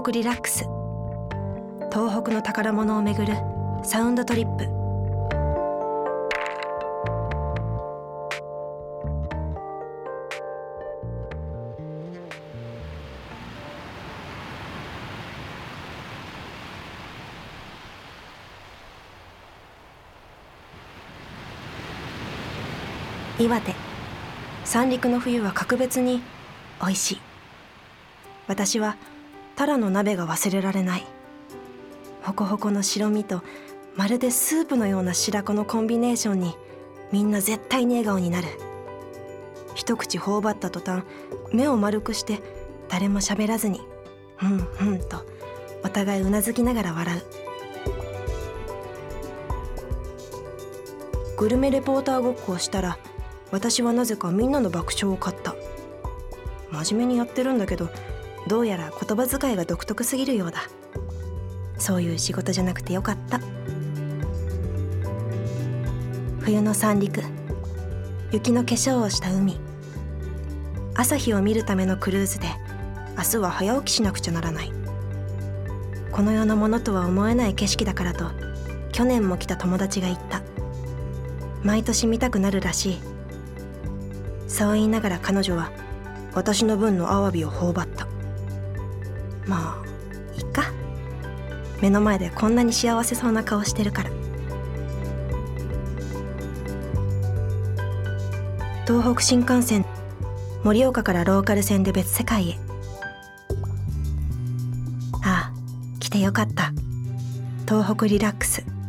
東北リラックス。東北の宝物をめぐるサウンドトリップ。岩手、三陸の冬は格別に美味しい。私はタラの鍋が忘れられない。ホコホコの白身とまるでスープのような白子のコンビネーションにみんな絶対に笑顔になる。一口頬張った途端、目を丸くして誰も喋らずにふんふんとお互いうなずきながら笑う。グルメレポーターごっこをしたら、私はなぜかみんなの爆笑を買った。真面目にやってるんだけど、どうやら言葉遣いが独特すぎるようだ。そういう仕事じゃなくてよかった。冬の三陸、雪の化粧をした海、朝日を見るためのクルーズで明日は早起きしなくちゃならない。この世のものとは思えない景色だからと去年も来た友達が言った。毎年見たくなるらしい。そう言いながら彼女は私の分のアワビを頬張った。まあいいか、目の前でこんなに幸せそうな顔してるから。東北新幹線、盛岡からローカル線で別世界へ。ああ、来てよかった。東北リラックス。